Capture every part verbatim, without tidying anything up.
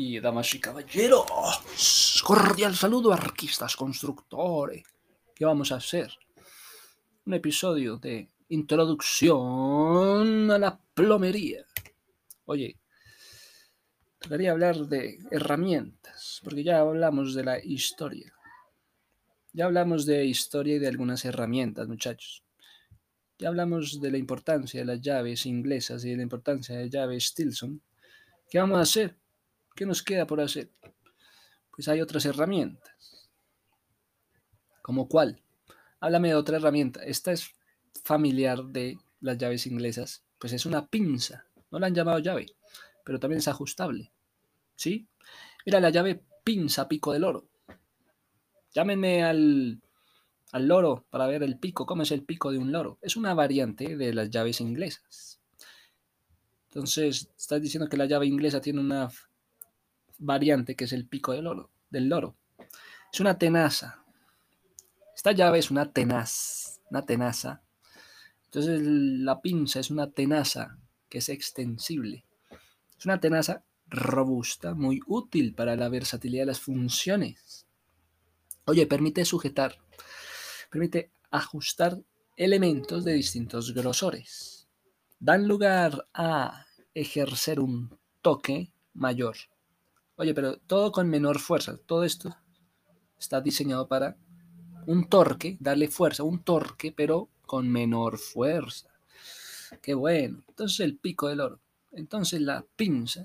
Y damas y caballeros, cordial saludo, arquistas constructores. ¿Qué vamos a hacer? Un episodio de introducción a la plomería. Oye, tocaría hablar de herramientas, porque ya hablamos de la historia. Ya hablamos de historia y de algunas herramientas, muchachos. Ya hablamos de la importancia de las llaves inglesas y de la importancia de llaves Stilson. ¿Qué vamos a hacer? ¿Qué nos queda por hacer? Pues hay otras herramientas. ¿Cómo cuál? Háblame de otra herramienta. Esta es familiar de las llaves inglesas. Pues es una pinza. No la han llamado llave, pero también es ajustable. ¿Sí? Mira, la llave pinza pico del loro. Llámenme al, al loro para ver el pico. ¿Cómo es el pico de un loro? Es una variante de las llaves inglesas. Entonces, estás diciendo que la llave inglesa tiene una variante que es el pico del loro. Del loro. Es una tenaza. Esta llave es una tenaz. Una tenaza. Entonces la pinza es una tenaza que es extensible. Es una tenaza robusta, muy útil para la versatilidad de las funciones. Oye, permite sujetar, permite ajustar elementos de distintos grosores. Dan lugar a ejercer un toque mayor. Oye, pero todo con menor fuerza. Todo esto está diseñado para un torque, darle fuerza, un torque, pero con menor fuerza. Qué bueno. Entonces el pico del loro. Entonces la pinza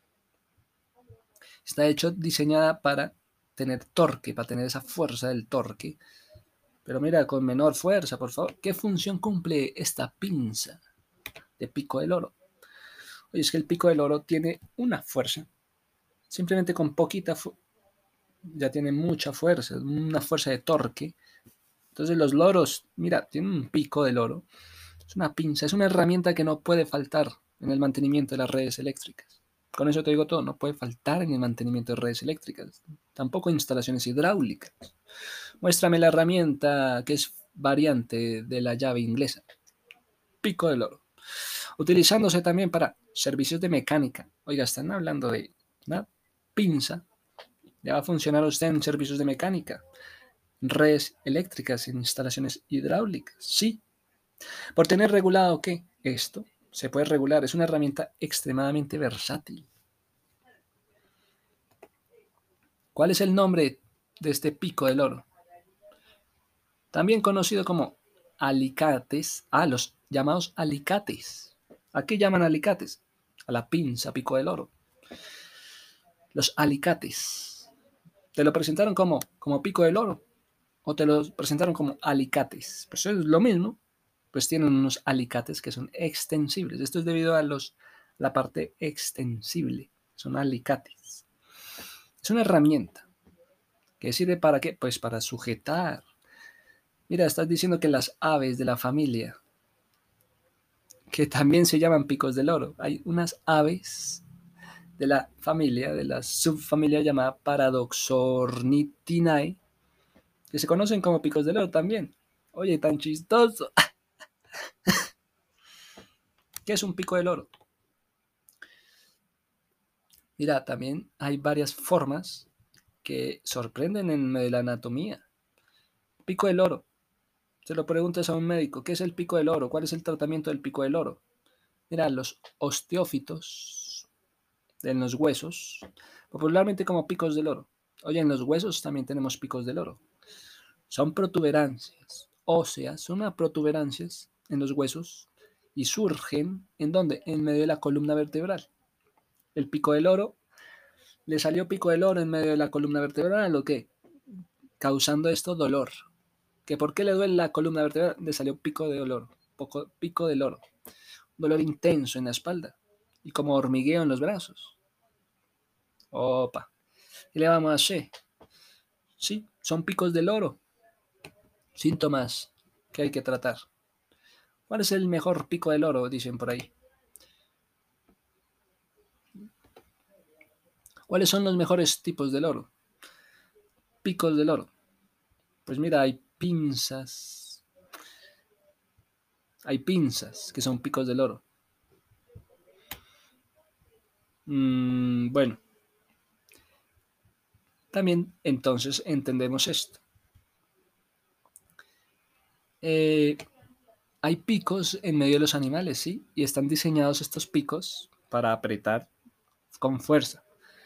está hecho diseñada para tener torque, para tener esa fuerza del torque. Pero mira, con menor fuerza, por favor. ¿Qué función cumple esta pinza de pico del loro? Oye, es que el pico del loro tiene una fuerza. Simplemente con poquita fuerza. Ya tiene mucha fuerza, una fuerza de torque. Entonces los loros, mira, tienen un pico de loro. Es una pinza, es una herramienta que no puede faltar en el mantenimiento de las redes eléctricas. Con eso te digo todo, no puede faltar en el mantenimiento de redes eléctricas. Tampoco instalaciones hidráulicas. Muéstrame la herramienta que es variante de la llave inglesa. Pico del loro. Utilizándose también para servicios de mecánica. Oiga, están hablando de una pinza. Ya va a funcionar usted en servicios de mecánica, redes eléctricas, en instalaciones hidráulicas. Sí. Por tener regulado ¿qué? Esto se puede regular. Es una herramienta extremadamente versátil. ¿Cuál es el nombre de este pico del loro? También conocido como alicates. Ah, los llamados alicates. ¿A qué llaman alicates? A la pinza pico del loro. Los alicates. ¿Te lo presentaron como, como pico del loro? ¿O te lo presentaron como alicates? Pues es lo mismo. Pues tienen unos alicates que son extensibles. Esto es debido a los, la parte extensible. Son alicates. Es una herramienta que sirve para qué? Pues para sujetar. Mira, estás diciendo que las aves de la familia, que también se llaman picos del loro, hay unas aves de la familia, de la subfamilia llamada Paradoxornithinae, que se conocen como picos del loro también. Oye, tan chistoso. ¿Qué es un pico del loro? Mira, también hay varias formas que sorprenden en la anatomía. Pico del loro. Se lo preguntas a un médico, ¿qué es el pico del loro? ¿Cuál es el tratamiento del pico del loro? Mira, los osteófitos en los huesos, popularmente como picos del loro. Oye, en los huesos también tenemos picos del loro. Son protuberancias óseas, son unas protuberancias en los huesos y surgen, ¿en dónde? En medio de la columna vertebral. El pico del loro, le salió pico del loro en medio de la columna vertebral, ¿o qué? Causando esto dolor. ¿Que por qué le duele la columna vertebral? Le salió pico de dolor, poco, pico del loro. Dolor intenso en la espalda y como hormigueo en los brazos. Opa, ¿qué le vamos a hacer? Sí, son picos del loro. Síntomas que hay que tratar. ¿Cuál es el mejor pico del loro? Dicen por ahí. ¿Cuáles son los mejores tipos de loro? Picos de loro. Pues mira, hay pinzas. Hay pinzas que son picos de loro. Mm, bueno, También entonces entendemos esto. Eh, hay picos en medio de los animales, ¿sí? Y están diseñados estos picos para apretar con fuerza.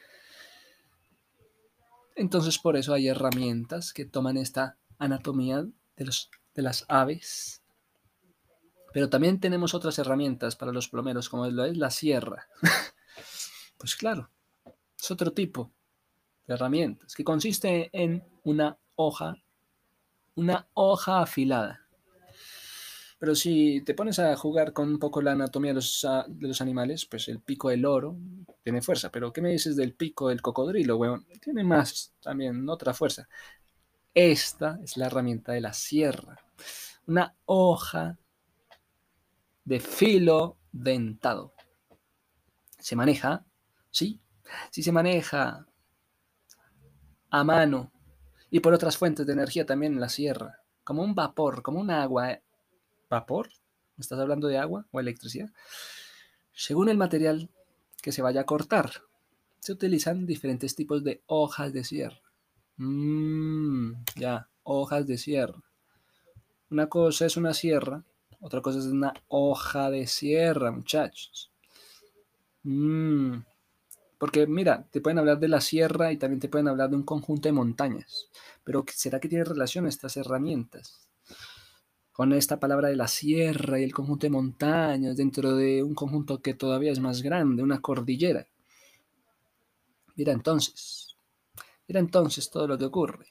Entonces por eso hay herramientas que toman esta anatomía de, los, de las aves. Pero también tenemos otras herramientas para los plomeros, como lo es la sierra. Pues claro, es otro tipo de herramientas que consiste en una hoja, una hoja afilada. Pero si te pones a jugar con un poco la anatomía de los, de los animales, pues el pico del loro tiene fuerza. Pero ¿qué me dices del pico del cocodrilo, weón? Tiene más también, otra fuerza. Esta es la herramienta de la sierra. Una hoja de filo dentado. ¿Se maneja? Sí. Sí se maneja a mano y por otras fuentes de energía también en la sierra. Como un vapor, como un agua. ¿Vapor? ¿Me estás hablando de agua o electricidad? Según el material que se vaya a cortar, se utilizan diferentes tipos de hojas de sierra. Mmm, ya, hojas de sierra. Una cosa es una sierra, otra cosa es una hoja de sierra, muchachos. Mmm, porque mira, te pueden hablar de la sierra y también te pueden hablar de un conjunto de montañas. Pero ¿será que tiene relación estas herramientas con esta palabra de la sierra y el conjunto de montañas dentro de un conjunto que todavía es más grande, una cordillera? Mira entonces, mira entonces todo lo que ocurre.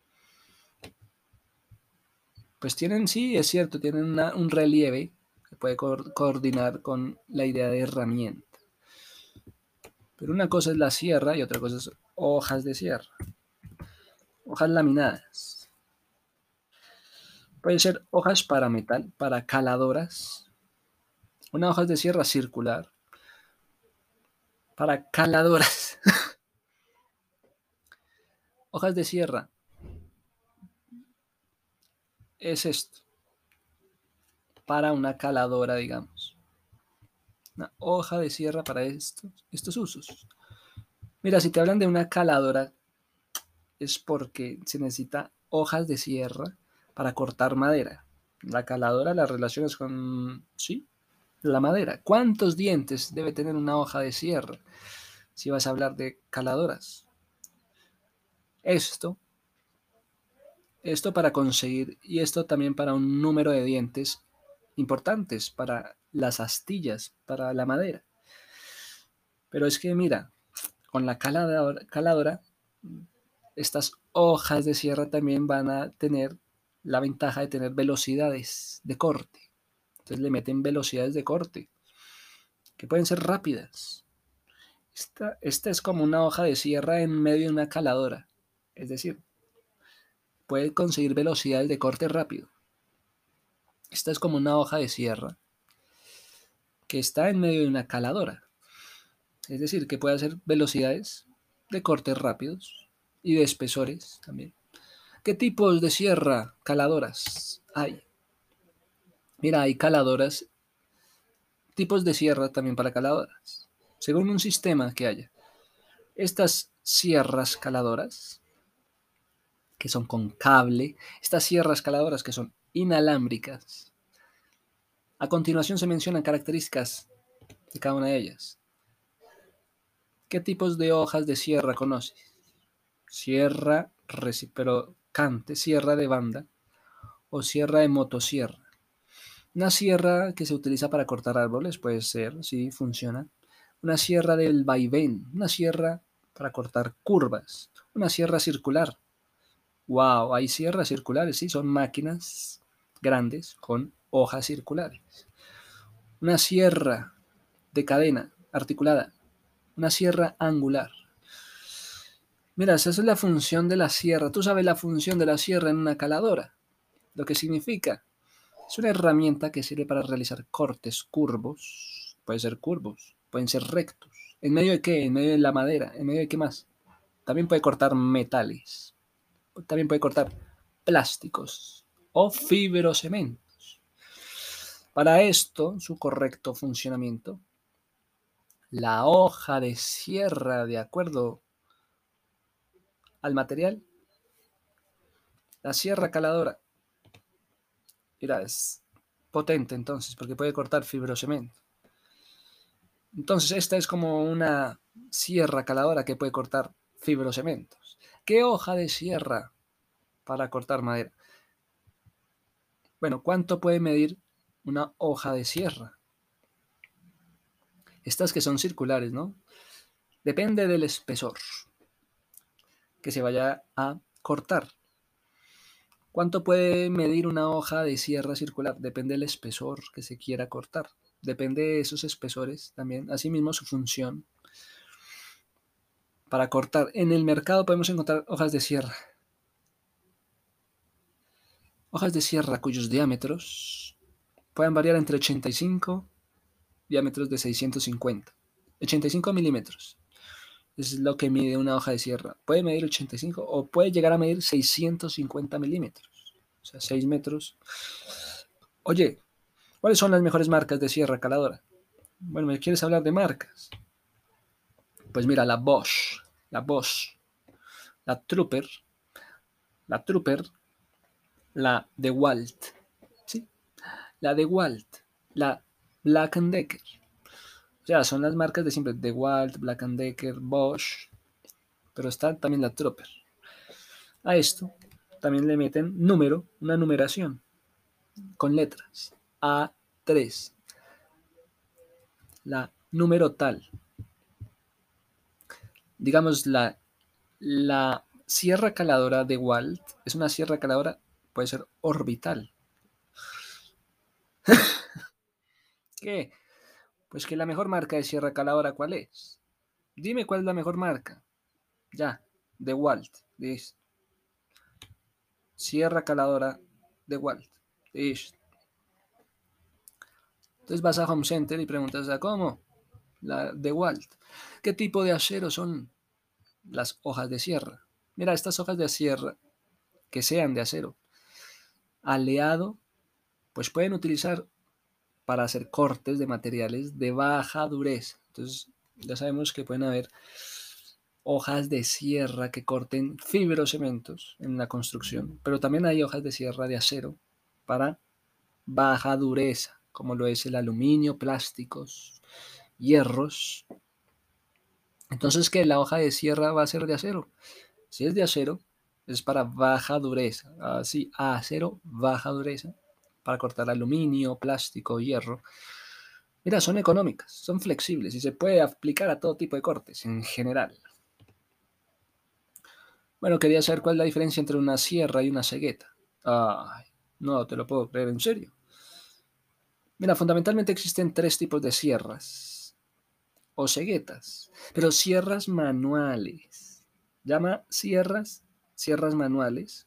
Pues tienen, sí, es cierto, tienen una, un relieve que puede co coordinar con la idea de herramienta. Pero una cosa es la sierra y otra cosa es hojas de sierra, hojas laminadas. Pueden ser hojas para metal, para caladoras. Una hoja de sierra circular, para caladoras. Hojas de sierra es esto, para una caladora, digamos. Una hoja de sierra para estos, estos usos. Mira, si te hablan de una caladora, es porque se necesita hojas de sierra para cortar madera. La caladora la relacionas con, sí, la madera. ¿Cuántos dientes debe tener una hoja de sierra si vas a hablar de caladoras? Esto, esto para conseguir, y esto también para un número de dientes importantes para las astillas, para la madera. Pero es que mira, con la caladora, caladora estas hojas de sierra también van a tener la ventaja de tener velocidades de corte. Entonces le meten velocidades de corte que pueden ser rápidas. Esta, esta es como una hoja de sierra en medio de una caladora. Es decir, puede conseguir velocidades de corte rápido. Esta es como una hoja de sierra que está en medio de una caladora. Es decir, que puede hacer velocidades de cortes rápidos y de espesores también. ¿Qué tipos de sierra caladoras hay? Mira, hay caladoras, tipos de sierra también para caladoras, según un sistema que haya. Estas sierras caladoras, que son con cable, estas sierras caladoras que son inalámbricas. A continuación se mencionan características de cada una de ellas. ¿Qué tipos de hojas de sierra conoces? Sierra reciprocante, sierra de banda o sierra de motosierra. Una sierra que se utiliza para cortar árboles, puede ser, sí, funciona. Una sierra del vaivén, una sierra para cortar curvas, una sierra circular. Wow, hay sierras circulares, sí, son máquinas grandes con hojas circulares. Una sierra de cadena articulada, una sierra angular. Mira, esa es la función de la sierra. Tú sabes la función de la sierra en una caladora, lo que significa. Es una herramienta que sirve para realizar cortes curvos. Pueden ser curvos, pueden ser rectos. ¿En medio de qué? En medio de la madera. ¿En medio de qué más? También puede cortar metales. También puede cortar plásticos o fibrocementos. Para esto, su correcto funcionamiento, la hoja de sierra, de acuerdo al material. La sierra caladora, mira, es potente entonces, porque puede cortar fibrocemento. Entonces, esta es como una sierra caladora que puede cortar fibrocementos. ¿Qué hoja de sierra para cortar madera? Bueno, ¿cuánto puede medir una hoja de sierra? Estas que son circulares, ¿no? Depende del espesor que se vaya a cortar. ¿Cuánto puede medir una hoja de sierra circular? Depende del espesor que se quiera cortar. Depende de esos espesores también. Asimismo, su función. Para cortar. En el mercado podemos encontrar hojas de sierra. Hojas de sierra cuyos diámetros pueden variar entre ochenta y cinco diámetros de seiscientos cincuenta. ochenta y cinco milímetros. Es lo que mide una hoja de sierra. Puede medir ochenta y cinco o puede llegar a medir seiscientos cincuenta milímetros. O sea, seis metros. Oye, ¿cuáles son las mejores marcas de sierra caladora? Bueno, ¿me quieres hablar de marcas? Pues mira, la Bosch, la Bosch, la Trooper, la Trooper, la DeWalt, ¿sí? La DeWalt, la Black and Decker. O sea, son las marcas de siempre, DeWalt, Black and Decker, Bosch, pero está también la Trooper. A esto también le meten número, una numeración con letras. A tres, la número tal. Digamos, la, la sierra caladora de Walt es una sierra caladora, puede ser orbital. ¿Qué? Pues que la mejor marca de sierra caladora, ¿cuál es? Dime cuál es la mejor marca. Ya, de Walt. Listo. Sierra caladora de Walt. Listo. Entonces vas a Home Center y preguntas, ¿a cómo? La de Walt. ¿Qué tipo de acero son las hojas de sierra? Mira, estas hojas de sierra que sean de acero aleado, pues pueden utilizar para hacer cortes de materiales de baja dureza. Entonces, ya sabemos que pueden haber hojas de sierra que corten fibrocementos en la construcción, pero también hay hojas de sierra de acero para baja dureza, como lo es el aluminio, plásticos, hierros. Entonces, ¿qué? La hoja de sierra va a ser de acero. Si es de acero, es para baja dureza. Así, acero, baja dureza, para cortar aluminio, plástico, hierro. Mira, son económicas, son flexibles y se puede aplicar a todo tipo de cortes en general. Bueno, quería saber cuál es la diferencia entre una sierra y una cegueta. Ay, no te lo puedo creer, en serio. Mira, fundamentalmente existen tres tipos de sierras o ceguetas, pero sierras manuales. Llama sierras, sierras manuales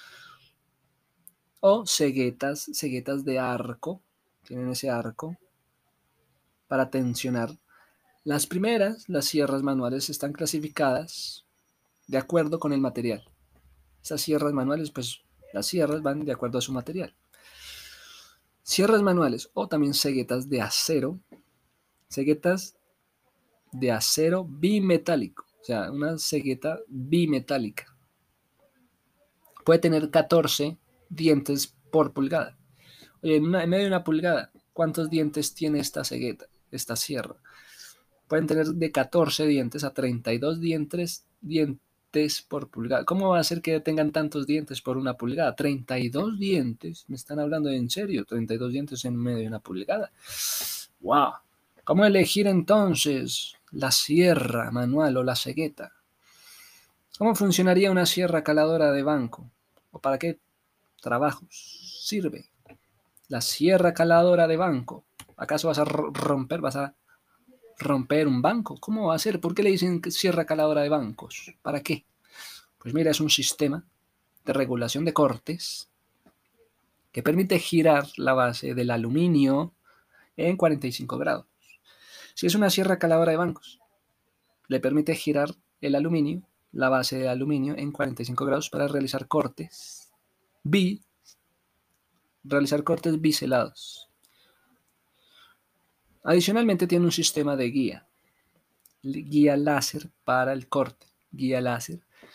o ceguetas, ceguetas de arco. Tienen ese arco para tensionar. Las primeras, las sierras manuales, están clasificadas de acuerdo con el material. Esas sierras manuales, pues las sierras van de acuerdo a su material. Sierras manuales o también ceguetas de acero, ceguetas de acero bimetálico, o sea, una cegueta bimetálica. Puede tener catorce dientes por pulgada. Oye, en, una, en medio de una pulgada, ¿cuántos dientes tiene esta cegueta, esta sierra? Pueden tener de catorce dientes a treinta y dos dientes, dientes por pulgada. ¿Cómo va a ser que tengan tantos dientes por una pulgada? treinta y dos dientes, me están hablando en serio, treinta y dos dientes en medio de una pulgada. ¡Wow! ¿Cómo elegir entonces la sierra manual o la cegueta? ¿Cómo funcionaría una sierra caladora de banco? ¿O para qué trabajos sirve la sierra caladora de banco? ¿Acaso vas a romper, vas a romper un banco? ¿Cómo va a ser? ¿Por qué le dicen sierra caladora de bancos? ¿Para qué? Pues mira, es un sistema de regulación de cortes que permite girar la base del aluminio en cuarenta y cinco grados. Si es una sierra caladora de bancos, le permite girar el aluminio, la base de aluminio en cuarenta y cinco grados para realizar cortes bi, realizar cortes biselados. Adicionalmente tiene un sistema de guía, guía láser para el corte, guía láser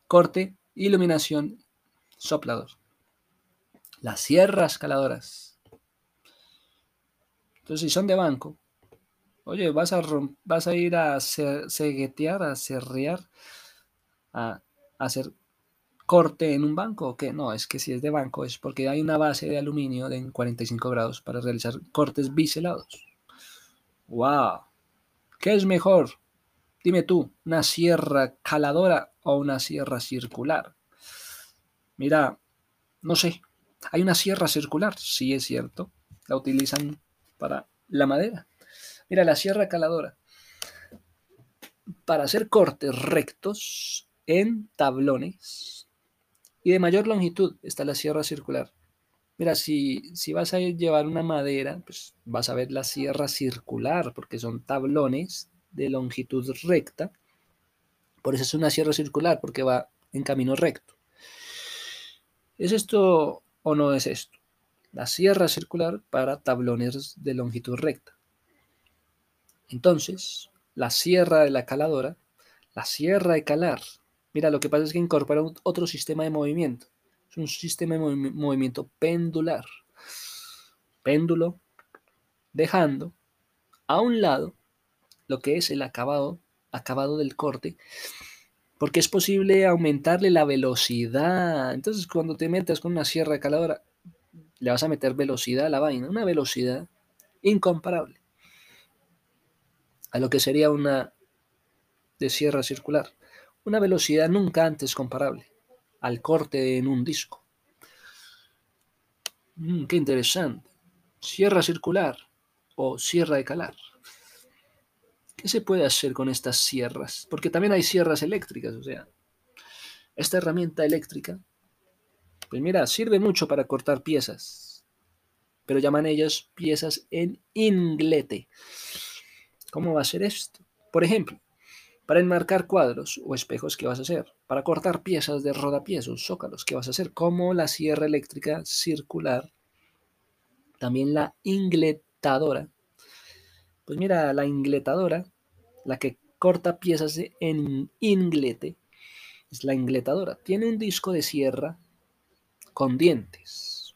corte, iluminación, soplador. Las sierras caladoras. Entonces, si son de banco, oye, vas a, rom- vas a ir a ce- ceguetear, a serrear, a, a hacer corte en un banco o qué. No, es que si es de banco es porque hay una base de aluminio de cuarenta y cinco grados para realizar cortes biselados. ¡Wow! ¿Qué es mejor? Dime tú, ¿una sierra caladora o una sierra circular? Mira, no sé. ¿Hay una sierra circular? Sí, es cierto. La utilizan para la madera. Mira, la sierra caladora. Para hacer cortes rectos en tablones y de mayor longitud está la sierra circular. Mira, si, si vas a llevar una madera, pues vas a ver la sierra circular, porque son tablones de longitud recta. Por eso es una sierra circular, porque va en camino recto. ¿Es esto o no es esto? La sierra circular para tablones de longitud recta. Entonces, la sierra de la caladora, la sierra de calar. Mira, lo que pasa es que incorpora un- otro sistema de movimiento. Es un sistema de movi- movimiento pendular. Péndulo, dejando a un lado lo que es el acabado, acabado del corte, porque es posible aumentarle la velocidad. Entonces, cuando te metas con una sierra de caladora, le vas a meter velocidad a la vaina, una velocidad incomparable a lo que sería una de sierra circular, una velocidad nunca antes comparable al corte en un disco. Mm, qué interesante. Sierra circular o sierra de calar. ¿Qué se puede hacer con estas sierras? Porque también hay sierras eléctricas, o sea, esta herramienta eléctrica, pues mira, sirve mucho para cortar piezas, pero llaman ellas piezas en inglete. ¿Cómo va a ser esto? Por ejemplo, para enmarcar cuadros o espejos, ¿qué vas a hacer? Para cortar piezas de rodapiés o zócalos, ¿qué vas a hacer? Como la sierra eléctrica circular, también la ingletadora. Pues mira, la ingletadora, la que corta piezas en inglete, es la ingletadora. Tiene un disco de sierra con dientes.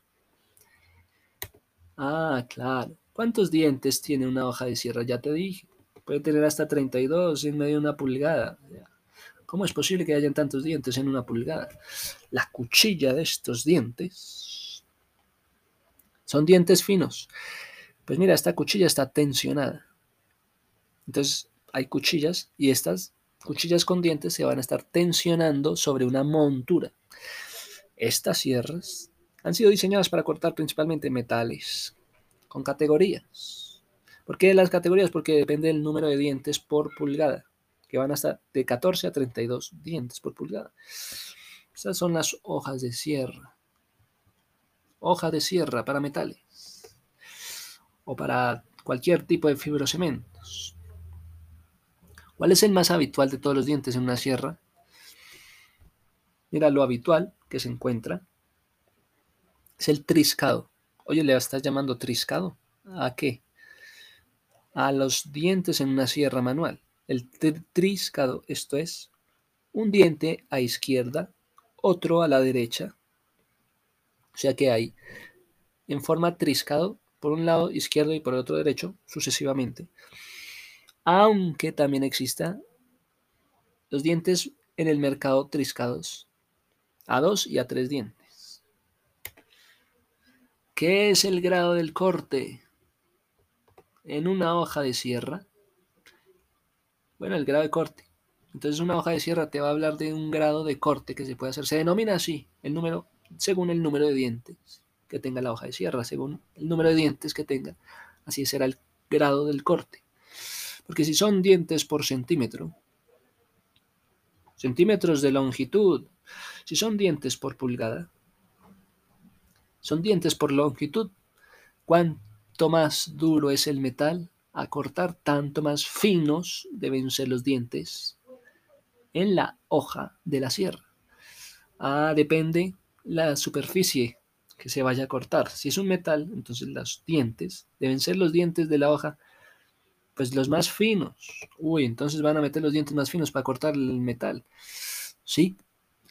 Ah, claro. ¿Cuántos dientes tiene una hoja de sierra? Ya te dije. Puede tener hasta treinta y dos en medio de una pulgada. ¿Cómo es posible que hayan tantos dientes en una pulgada? La cuchilla de estos dientes son dientes finos. Pues mira, esta cuchilla está tensionada. Entonces hay cuchillas y estas cuchillas con dientes se van a estar tensionando sobre una montura. Estas sierras han sido diseñadas para cortar principalmente metales con categorías. ¿Por qué las categorías? Porque depende del número de dientes por pulgada, que van hasta de catorce a treinta y dos dientes por pulgada. Estas son las hojas de sierra. Hoja de sierra para metales o para cualquier tipo de fibrocemientos. ¿Cuál es el más habitual de todos los dientes en una sierra? Mira, lo habitual que se encuentra es el triscado. Oye, ¿le estás llamando triscado? ¿A qué? A los dientes en una sierra manual. El triscado, esto es, un diente a izquierda, otro a la derecha. O sea que hay en forma triscado por un lado izquierdo y por el otro derecho, sucesivamente. Aunque también exista los dientes en el mercado triscados a dos y a tres dientes. ¿Qué es el grado del corte en una hoja de sierra? Bueno, el grado de corte. Entonces una hoja de sierra te va a hablar de un grado de corte que se puede hacer. Se denomina así, el número, según el número de dientes que tenga la hoja de sierra, según el número de dientes que tenga, así será el grado del corte. Porque si son dientes por centímetro, centímetros de longitud, si son dientes por pulgada, son dientes por longitud. Cuanto más duro es el metal a cortar, tanto más finos deben ser los dientes en la hoja de la sierra. Ah, depende la superficie que se vaya a cortar. Si es un metal, entonces los dientes deben ser los dientes de la hoja, pues los más finos. Uy, entonces van a meter los dientes más finos para cortar el metal. Sí,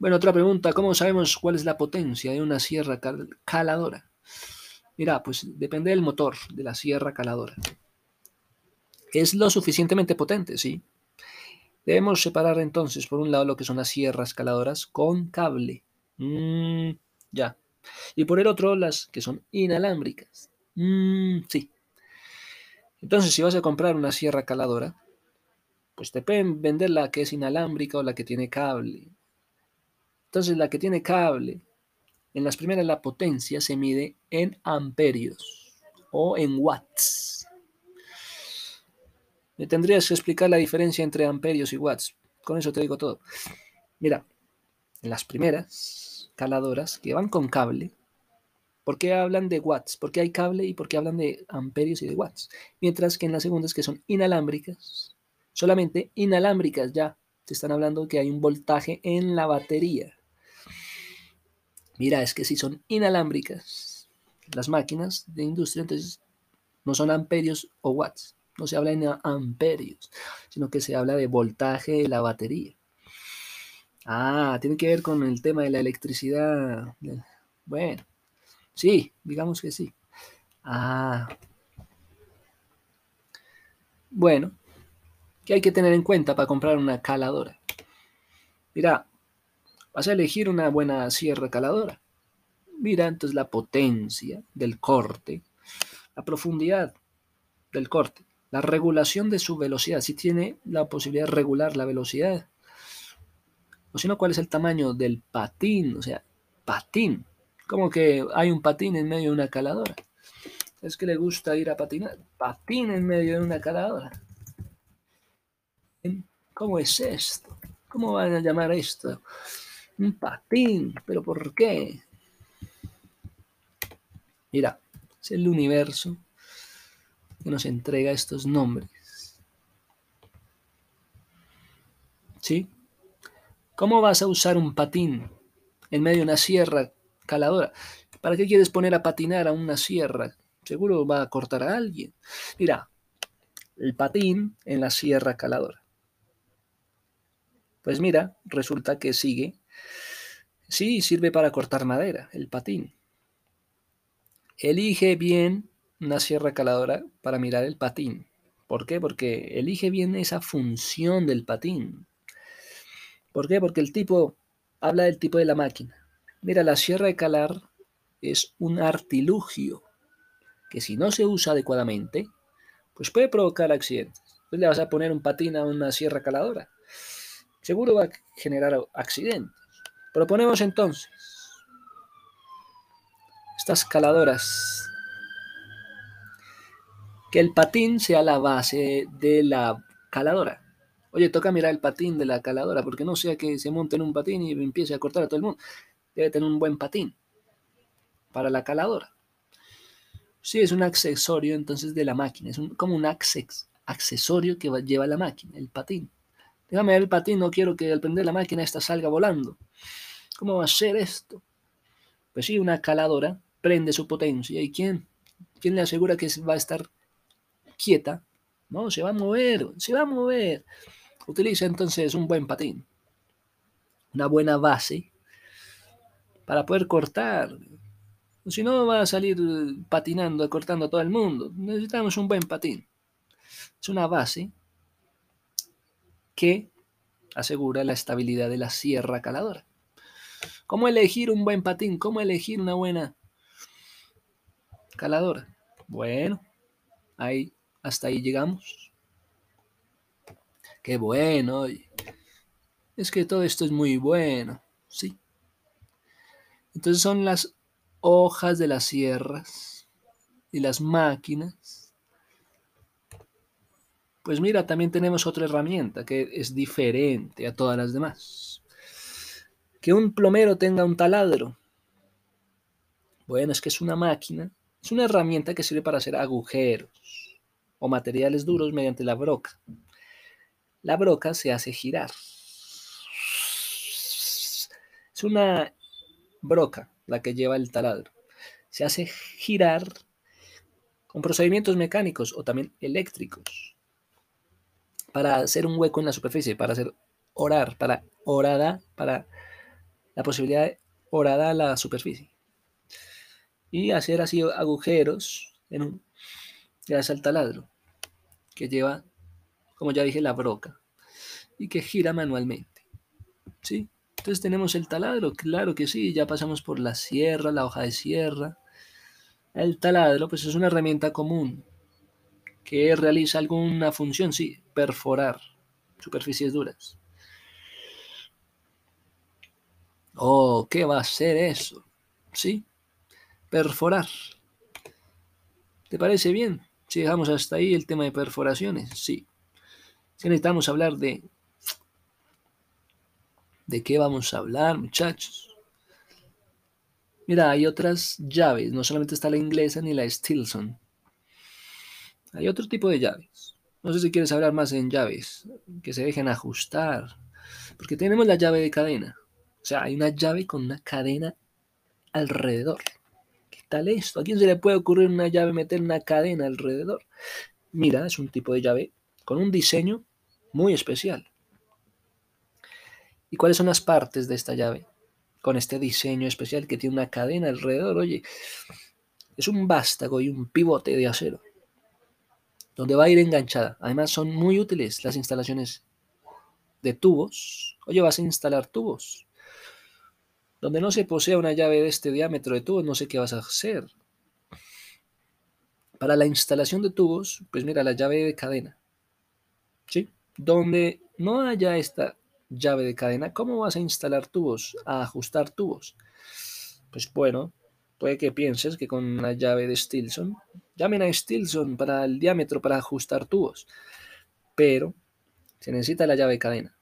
Bueno, otra pregunta, ¿cómo sabemos cuál es la potencia de una sierra cal- caladora? Mira, pues depende del motor de la sierra caladora. Es lo suficientemente potente, sí. Debemos separar entonces, por un lado, lo que son las sierras caladoras con cable. Mm, ya. Y por el otro, las que son inalámbricas. Mm, sí. Entonces, si vas a comprar una sierra caladora, pues te pueden vender la que es inalámbrica o la que tiene cable. Entonces, la que tiene cable, en las primeras la potencia se mide en amperios o en watts. Me tendrías que explicar la diferencia entre amperios y watts. Con eso te digo todo. Mira, en las primeras caladoras que van con cable, ¿por qué hablan de watts? ¿Por qué hay cable y por qué hablan de amperios y de watts? Mientras que en las segundas que son inalámbricas, solamente inalámbricas ya, te están hablando que hay un voltaje en la batería. Mira, es que si son inalámbricas, las máquinas de industria, entonces no son amperios o watts, no se habla en amperios, sino que se habla de voltaje de la batería. Ah, tiene que ver con el tema de la electricidad. Bueno, sí, digamos que sí. Ah, bueno, ¿qué hay que tener en cuenta para comprar una caladora? Mira, vas a elegir una buena sierra caladora. Mira entonces la potencia del corte, la profundidad del corte, la regulación de su velocidad, si tiene la posibilidad de regular la velocidad, o si no, cuál es el tamaño del patín, o sea, patín, como que hay un patín en medio de una caladora. Es que le gusta ir a patinar, patín en medio de una caladora. ¿Cómo es esto? ¿Cómo van a llamar esto? Un patín, ¿pero por qué? Mira, es el universo que nos entrega estos nombres. ¿Sí? ¿Cómo vas a usar un patín en medio de una sierra caladora? ¿Para qué quieres poner a patinar a una sierra? Seguro va a cortar a alguien. Mira, el patín en la sierra caladora. Pues mira, resulta que sigue. Sí, sirve para cortar madera, el patín. Elige bien una sierra caladora para mirar el patín. ¿Por qué? Porque elige bien esa función del patín. ¿Por qué? Porque el tipo habla del tipo de la máquina. Mira, la sierra de calar es un artilugio que si no se usa adecuadamente, pues puede provocar accidentes. Pues le vas a poner un patín a una sierra caladora. Seguro va a generar accidentes. Proponemos entonces estas caladoras que el patín sea la base de la caladora. Oye, toca mirar el patín de la caladora, porque no sea que se monte en un patín y empiece a cortar a todo el mundo. Debe tener un buen patín para la caladora. Sí, es un accesorio entonces de la máquina, es un, como un accex, accesorio que va, lleva la máquina, el patín. Déjame ver el patín, no quiero que al prender la máquina esta salga volando. ¿Cómo va a ser esto? Pues sí, una caladora prende su potencia. ¿Y quién? ¿Quién le asegura que va a estar quieta? No, se va a mover, se va a mover. Utiliza entonces un buen patín, una buena base para poder cortar. Si no, va a salir patinando, cortando a todo el mundo. Necesitamos un buen patín. Es una base que asegura la estabilidad de la sierra caladora. ¿Cómo elegir un buen patín? ¿Cómo elegir una buena caladora? Bueno, ahí, hasta ahí llegamos. Qué bueno. Es que todo esto es muy bueno. Sí. Entonces son las hojas de las sierras y las máquinas. Pues mira, también tenemos otra herramienta que es diferente a todas las demás. Que un plomero tenga un taladro. Bueno, es que es una máquina, es una herramienta que sirve para hacer agujeros o materiales duros mediante la broca. La broca se hace girar. Es una broca la que lleva el taladro. Se hace girar con procedimientos mecánicos o también eléctricos para hacer un hueco en la superficie, para hacer orar, para orada, para la posibilidad horada a la superficie. Y hacer así agujeros en un, gracias al taladro, que lleva, como ya dije, la broca y que gira manualmente. ¿Sí? Entonces tenemos el taladro, claro que sí, ya pasamos por la sierra, la hoja de sierra. El taladro, pues es una herramienta común que realiza alguna función, sí, perforar superficies duras. Oh, ¿qué va a ser eso? Sí, perforar. ¿Te parece bien? Si dejamos hasta ahí el tema de perforaciones, sí. Si necesitamos hablar de... ¿De qué vamos a hablar, muchachos? Mira, hay otras llaves, no solamente está la inglesa ni la Stilson. Hay otro tipo de llaves. No sé si quieres hablar más en llaves, que se dejen ajustar. Porque tenemos la llave de cadena. O sea, hay una llave con una cadena alrededor. ¿Qué tal esto? ¿A quién se le puede ocurrir una llave meter una cadena alrededor? Mira, es un tipo de llave con un diseño muy especial. ¿Y cuáles son las partes de esta llave? Con este diseño especial que tiene una cadena alrededor. Oye, es un vástago y un pivote de acero, donde va a ir enganchada. Además, son muy útiles las instalaciones de tubos. Oye, vas a instalar tubos. Donde no se posea una llave de este diámetro de tubos, no sé qué vas a hacer. Para la instalación de tubos, pues mira, la llave de cadena. ¿Sí? Donde no haya esta llave de cadena, ¿cómo vas a instalar tubos? A ajustar tubos. Pues bueno, puede que pienses que con una llave de Stilson, llamen a Stilson para el diámetro para ajustar tubos, pero se necesita la llave de cadena.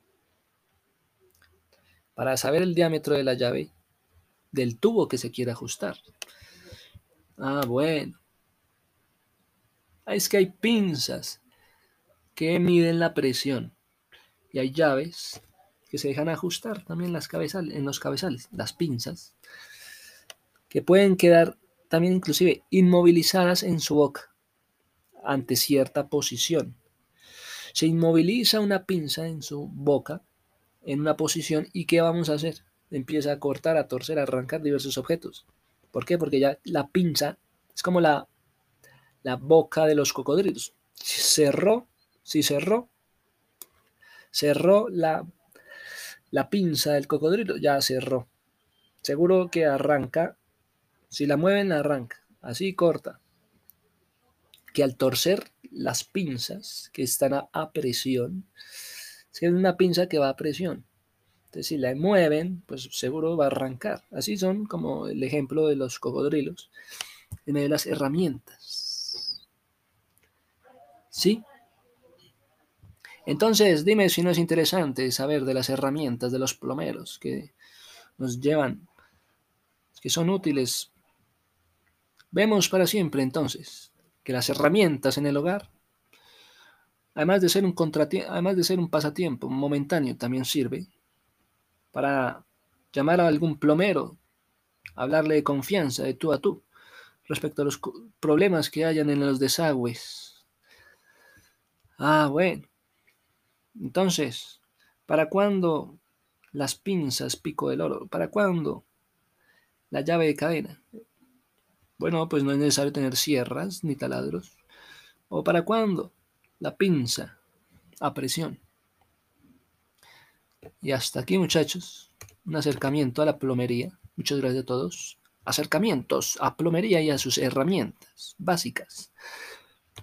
Para saber el diámetro de la llave del tubo que se quiere ajustar. Ah, bueno. Es que hay pinzas que miden la presión y hay llaves que se dejan ajustar también las cabezales, en los cabezales, las pinzas, que pueden quedar también inclusive inmovilizadas en su boca ante cierta posición. Se inmoviliza una pinza en su boca en una posición y ¿qué vamos a hacer? Empieza a cortar, a torcer, a arrancar diversos objetos. ¿Por qué? Porque ya la pinza es como la, la boca de los cocodrilos. Cerró, si cerró, cerró la, la pinza del cocodrilo, ya cerró. Seguro que arranca, si la mueven, arranca. Así corta. Que al torcer las pinzas que están a, a presión, si es una pinza que va a presión. Entonces, si la mueven, pues seguro va a arrancar. Así son como el ejemplo de los cocodrilos en medio de las herramientas. ¿Sí? Entonces, dime si no es interesante saber de las herramientas de los plomeros que nos llevan, que son útiles. Vemos para siempre entonces que las herramientas en el hogar, además de ser un contratiempo, además de ser un pasatiempo momentáneo, también sirve para llamar a algún plomero, hablarle de confianza, de tú a tú, respecto a los problemas que hayan en los desagües. Ah, bueno. Entonces, ¿para cuándo las pinzas pico del oro? ¿Para cuándo la llave de cadena? Bueno, pues no es necesario tener sierras ni taladros. ¿O para cuándo la pinza a presión? Y hasta aquí, muchachos, un acercamiento a la plomería. Muchas gracias a todos. Acercamientos a plomería y a sus herramientas básicas.